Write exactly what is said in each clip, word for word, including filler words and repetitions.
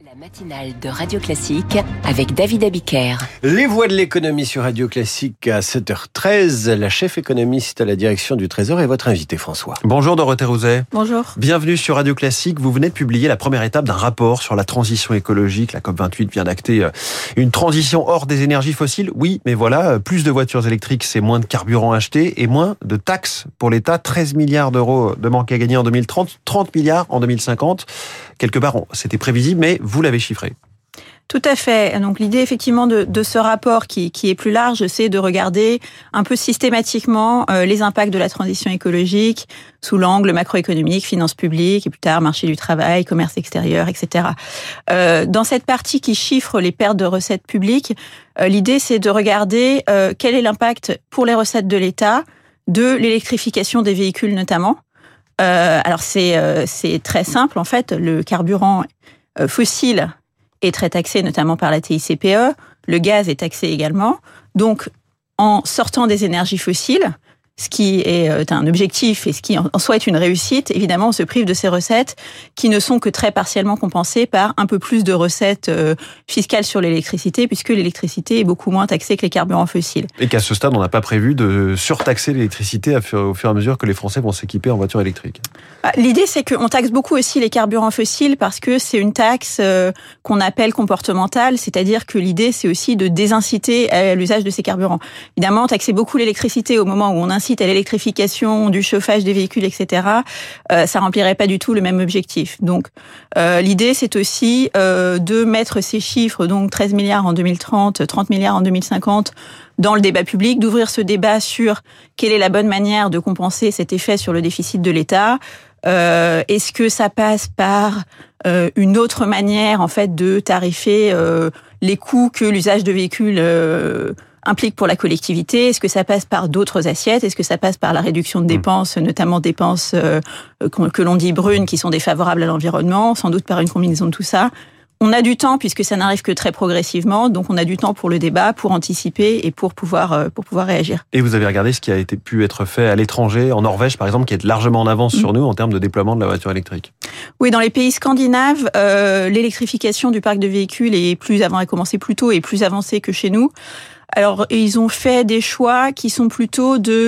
La matinale de Radio Classique avec David Abiker. Les voix de l'économie sur Radio Classique à sept heures treize. La chef économiste à la direction du Trésor est votre invité, François. Bonjour Dorothée Rouzet. Bonjour. Bienvenue sur Radio Classique. Vous venez de publier la première étape d'un rapport sur la transition écologique. La COP vingt-huit vient d'acter une transition hors des énergies fossiles. Oui, mais voilà, plus de voitures électriques, c'est moins de carburant acheté et moins de taxes pour l'État. treize milliards d'euros de manque à gagner en deux mille trente, trente milliards en deux mille cinquante. Quelque part, c'était prévisible, mais vous l'avez chiffré. Tout à fait. Donc l'idée effectivement de, de ce rapport qui, qui est plus large, c'est de regarder un peu systématiquement euh, les impacts de la transition écologique sous l'angle macroéconomique, finances publiques et plus tard marché du travail, commerce extérieur, et cetera. Euh, dans cette partie qui chiffre les pertes de recettes publiques, euh, l'idée c'est de regarder euh, quel est l'impact pour les recettes de l'État de l'électrification des véhicules notamment. Euh, alors c'est euh, c'est très simple en fait. Le carburant euh, fossile est très taxé, notamment par la T I C P E. Le gaz est taxé également. Donc, en sortant des énergies fossiles, ce qui est un objectif et ce qui en soi est une réussite, évidemment, on se prive de ces recettes qui ne sont que très partiellement compensées par un peu plus de recettes fiscales sur l'électricité, puisque l'électricité est beaucoup moins taxée que les carburants fossiles. Et qu'à ce stade, on n'a pas prévu de surtaxer l'électricité au fur et à mesure que les Français vont s'équiper en voitures électriques. L'idée, c'est qu'on taxe beaucoup aussi les carburants fossiles parce que c'est une taxe qu'on appelle comportementale, c'est-à-dire que l'idée, c'est aussi de désinciter à l'usage de ces carburants. Évidemment, taxer beaucoup l'électricité au moment où on incite à l'électrification du chauffage des véhicules, et cetera, euh, ça remplirait pas du tout le même objectif. Donc, euh, l'idée, c'est aussi euh, de mettre ces chiffres, donc treize milliards en deux mille trente, trente milliards en deux mille cinquante, dans le débat public, d'ouvrir ce débat sur quelle est la bonne manière de compenser cet effet sur le déficit de l'État. Euh, est-ce que ça passe par euh, une autre manière, en fait, de tarifer euh, les coûts que l'usage de véhicules euh, implique pour la collectivité? Est-ce que ça passe par d'autres assiettes? Est-ce que ça passe par la réduction de dépenses, notamment dépenses euh, que l'on dit brunes, qui sont défavorables à l'environnement? Sans doute par une combinaison de tout ça. On a du temps, puisque ça n'arrive que très progressivement, donc on a du temps pour le débat, pour anticiper et pour pouvoir, pour pouvoir réagir. Et vous avez regardé ce qui a été, pu être fait à l'étranger, en Norvège par exemple, qui est largement en avance mmh. sur nous en termes de déploiement de la voiture électrique. Oui, dans les pays scandinaves, euh, l'électrification du parc de véhicules est plus avant, a commencé plus tôt et plus avancée que chez nous. Alors, ils ont fait des choix qui sont plutôt de,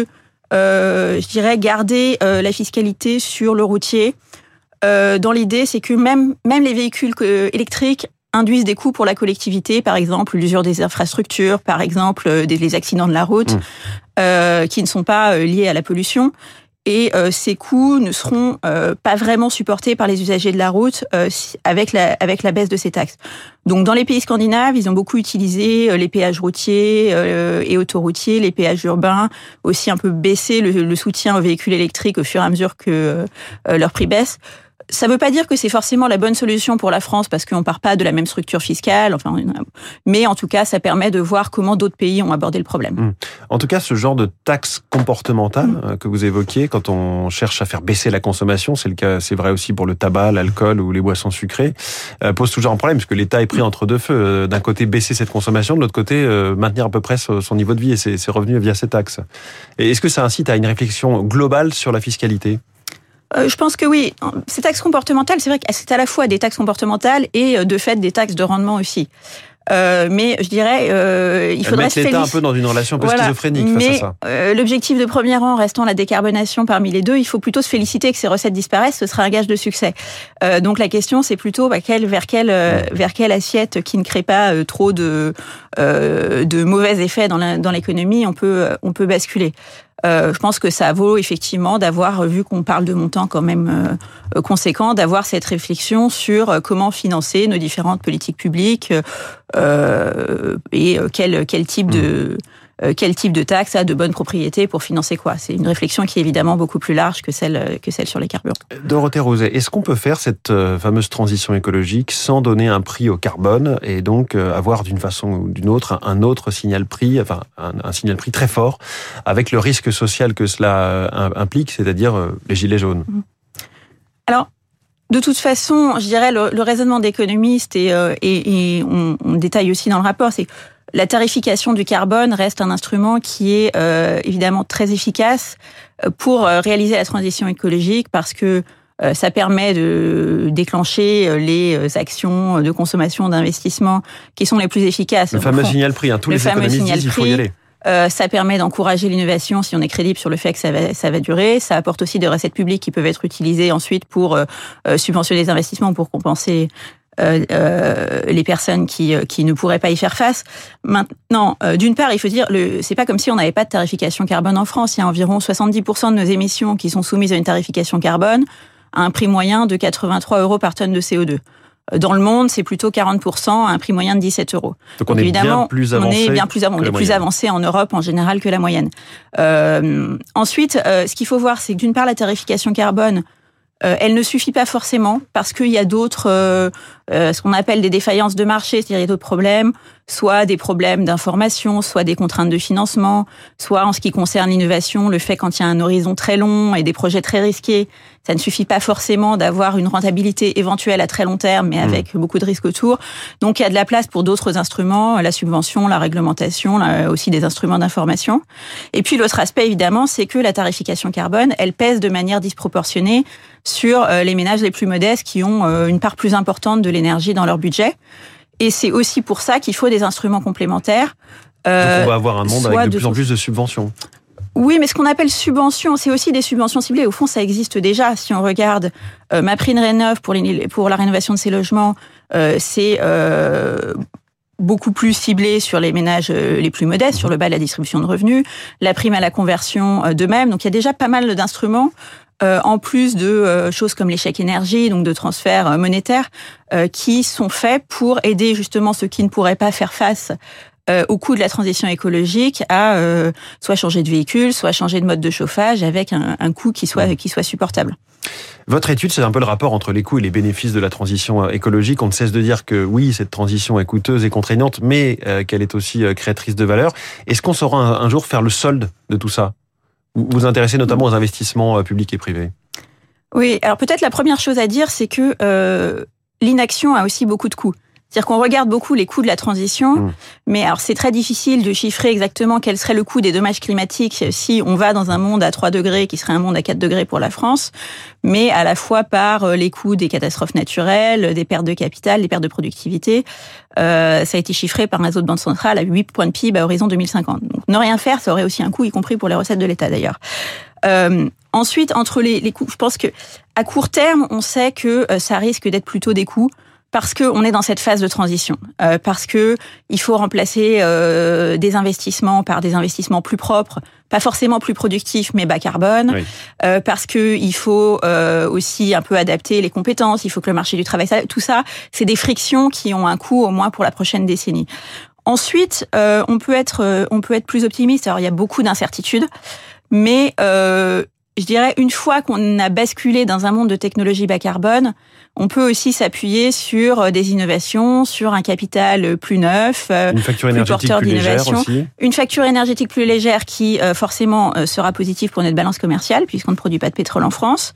euh, je dirais, garder euh, la fiscalité sur le routier. Euh, dans l'idée, c'est que même même les véhicules électriques induisent des coûts pour la collectivité, par exemple l'usure des infrastructures, par exemple des les accidents de la route, mmh. euh, qui ne sont pas liés à la pollution. Et euh, ces coûts ne seront euh, pas vraiment supportés par les usagers de la route euh, avec la avec la baisse de ces taxes. Donc dans les pays scandinaves, ils ont beaucoup utilisé euh, les péages routiers euh, et autoroutiers, les péages urbains, aussi un peu baissé le, le soutien aux véhicules électriques au fur et à mesure que euh, leur prix baisse. Ça ne veut pas dire que c'est forcément la bonne solution pour la France parce qu'on ne part pas de la même structure fiscale, enfin, mais en tout cas, ça permet de voir comment d'autres pays ont abordé le problème. Mmh. En tout cas, ce genre de taxe comportementale mmh. que vous évoquiez, quand on cherche à faire baisser la consommation, c'est le cas, c'est vrai aussi pour le tabac, l'alcool ou les boissons sucrées, euh, pose toujours un problème parce que l'État est pris entre deux feux. D'un côté, baisser cette consommation, de l'autre côté, euh, maintenir à peu près son niveau de vie et ses, ses revenus via ces taxes. Et est-ce que ça incite à une réflexion globale sur la fiscalité ? Euh, je pense que oui. Ces taxes comportementales, c'est vrai que c'est à la fois des taxes comportementales et de fait des taxes de rendement aussi. Euh, mais je dirais, euh, il faudrait mettre se l'État félic... un peu dans une relation un peu voilà. schizophrénique mais, face à ça. Euh, l'objectif de premier rang restant la décarbonation parmi les deux, il faut plutôt se féliciter que ces recettes disparaissent. Ce sera un gage de succès. Euh, donc la question, c'est plutôt bah, quelle, vers quelle euh, vers quelle assiette qui ne crée pas euh, trop de euh, de mauvais effets dans la, dans l'économie, on peut on peut basculer. Euh, je pense que ça vaut effectivement d'avoir, vu qu'on parle de montants quand même euh, conséquents, d'avoir cette réflexion sur euh, comment financer nos différentes politiques publiques euh, et euh, quel, quel type de euh, quel type de taxe a de bonne propriété pour financer quoi. C'est une réflexion qui est évidemment beaucoup plus large que celle que celle sur les carburants. Dorothée Rouzet, est-ce qu'on peut faire cette fameuse transition écologique sans donner un prix au carbone et donc avoir d'une façon ou d'une autre un autre signal prix, enfin un, un signal prix très fort, avec le risque social que cela implique, c'est-à-dire les gilets jaunes? Alors, de toute façon, je dirais le, le raisonnement d'économiste et, euh, et, et on, on détaille aussi dans le rapport, c'est la tarification du carbone reste un instrument qui est euh, évidemment très efficace pour réaliser la transition écologique parce que Euh, ça permet de déclencher les actions de consommation, d'investissement qui sont les plus efficaces. Le fameux signal prix, hein. Tous les économistes disent il faut y aller. Euh, ça permet d'encourager l'innovation si on est crédible sur le fait que ça va, ça va durer. Ça apporte aussi des recettes publiques qui peuvent être utilisées ensuite pour euh, subventionner les investissements, pour compenser euh, euh, les personnes qui, qui ne pourraient pas y faire face. Maintenant, euh, d'une part, il faut dire, le, c'est pas comme si on n'avait pas de tarification carbone en France. Il y a environ soixante-dix pour cent de nos émissions qui sont soumises à une tarification carbone à un prix moyen de quatre-vingt-trois euros par tonne de C O deux. Dans le monde, c'est plutôt quarante pour cent à un prix moyen de dix-sept euros. Donc, on Donc est évidemment, bien plus avancé. On est bien plus, av- on est plus avancé en Europe en général que la moyenne. Euh, ensuite, euh, ce qu'il faut voir, c'est que d'une part, la tarification carbone, euh, elle ne suffit pas forcément parce qu'il y a d'autres, euh, euh, ce qu'on appelle des défaillances de marché, c'est-à-dire il y a d'autres problèmes, soit des problèmes d'information, soit des contraintes de financement, soit en ce qui concerne l'innovation, le fait quand il y a un horizon très long et des projets très risqués, ça ne suffit pas forcément d'avoir une rentabilité éventuelle à très long terme, mais avec mmh. beaucoup de risques autour. Donc il y a de la place pour d'autres instruments, la subvention, la réglementation, là, aussi des instruments d'information. Et puis l'autre aspect, évidemment, c'est que la tarification carbone, elle pèse de manière disproportionnée sur les ménages les plus modestes qui ont une part plus importante de l'énergie dans leur budget. Et c'est aussi pour ça qu'il faut des instruments complémentaires. Euh, Donc on va avoir un monde avec de, de plus en plus de subventions. Oui, mais ce qu'on appelle subventions, c'est aussi des subventions ciblées. Au fond, ça existe déjà. Si on regarde euh, MaPrimeRénov' pour, les, pour la rénovation de ces logements, euh, c'est euh, beaucoup plus ciblé sur les ménages les plus modestes, sur le bas de la distribution de revenus. La prime à la conversion euh, de même. Donc il y a déjà pas mal d'instruments. Euh, en plus de euh, choses comme les chèques énergie, donc de transferts euh, monétaires, euh, qui sont faits pour aider justement ceux qui ne pourraient pas faire face euh, au coût de la transition écologique à euh, soit changer de véhicule, soit changer de mode de chauffage avec un, un coût qui soit, qui soit supportable. Votre étude, c'est un peu le rapport entre les coûts et les bénéfices de la transition écologique. On ne cesse de dire que oui, cette transition est coûteuse et contraignante, mais euh, qu'elle est aussi créatrice de valeur. Est-ce qu'on saura un, un jour faire le solde de tout ça ? Vous vous intéressez notamment aux investissements publics et privés. Oui, alors peut-être la première chose à dire, c'est que euh, l'inaction a aussi beaucoup de coûts. C'est-à-dire qu'on regarde beaucoup les coûts de la transition, mmh. mais alors c'est très difficile de chiffrer exactement quel serait le coût des dommages climatiques si on va dans un monde à trois degrés, qui serait un monde à quatre degrés pour la France, mais à la fois par les coûts des catastrophes naturelles, des pertes de capital, des pertes de productivité. Euh, ça a été chiffré par un réseau de banque centrale à huit points de P I B à horizon deux mille cinquante. Donc ne rien faire, ça aurait aussi un coût, y compris pour les recettes de l'État d'ailleurs. Euh, ensuite, entre les, les coûts, je pense que à court terme, on sait que ça risque d'être plutôt des coûts. Parce que on est dans cette phase de transition, euh, parce que il faut remplacer euh, des investissements par des investissements plus propres, pas forcément plus productifs, mais bas carbone, oui. euh, parce que il faut euh, aussi un peu adapter les compétences, il faut que le marché du travail, tout ça, c'est des frictions qui ont un coût au moins pour la prochaine décennie. Ensuite, euh, on peut être, euh, on peut être plus optimiste. Alors il y a beaucoup d'incertitudes, mais euh, je dirais, une fois qu'on a basculé dans un monde de technologie bas carbone, on peut aussi s'appuyer sur des innovations, sur un capital plus neuf, une facture énergétique plus légère aussi. Une facture énergétique plus légère qui, euh, forcément, euh, sera positive pour notre balance commerciale, puisqu'on ne produit pas de pétrole en France.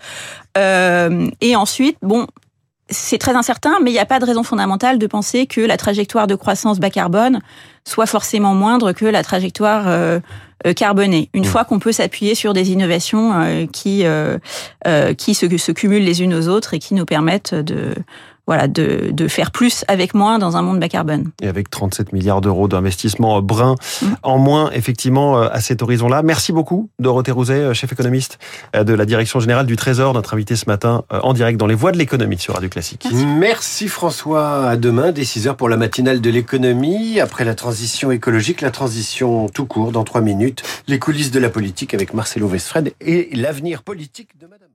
Euh, et ensuite, bon, c'est très incertain, mais il n'y a pas de raison fondamentale de penser que la trajectoire de croissance bas carbone soit forcément moindre que la trajectoire euh, carbonée. Une mmh. fois qu'on peut s'appuyer sur des innovations euh, qui euh, euh, qui se, se cumulent les unes aux autres et qui nous permettent de voilà de, de faire plus avec moins dans un monde bas carbone. Et avec trente-sept milliards d'euros d'investissement brun mmh. en moins, effectivement, à cet horizon-là. Merci beaucoup, Dorothée Rouzet, chef économiste de la Direction Générale du Trésor, notre invité ce matin en direct dans Les Voix de l'économie sur Radio Classique. Merci. Merci François. À demain, dès six heures pour la matinale de l'économie. Après la transition écologique, la transition tout court, dans trois minutes. Les coulisses de la politique avec Marcelo Westphred et l'avenir politique de Madame.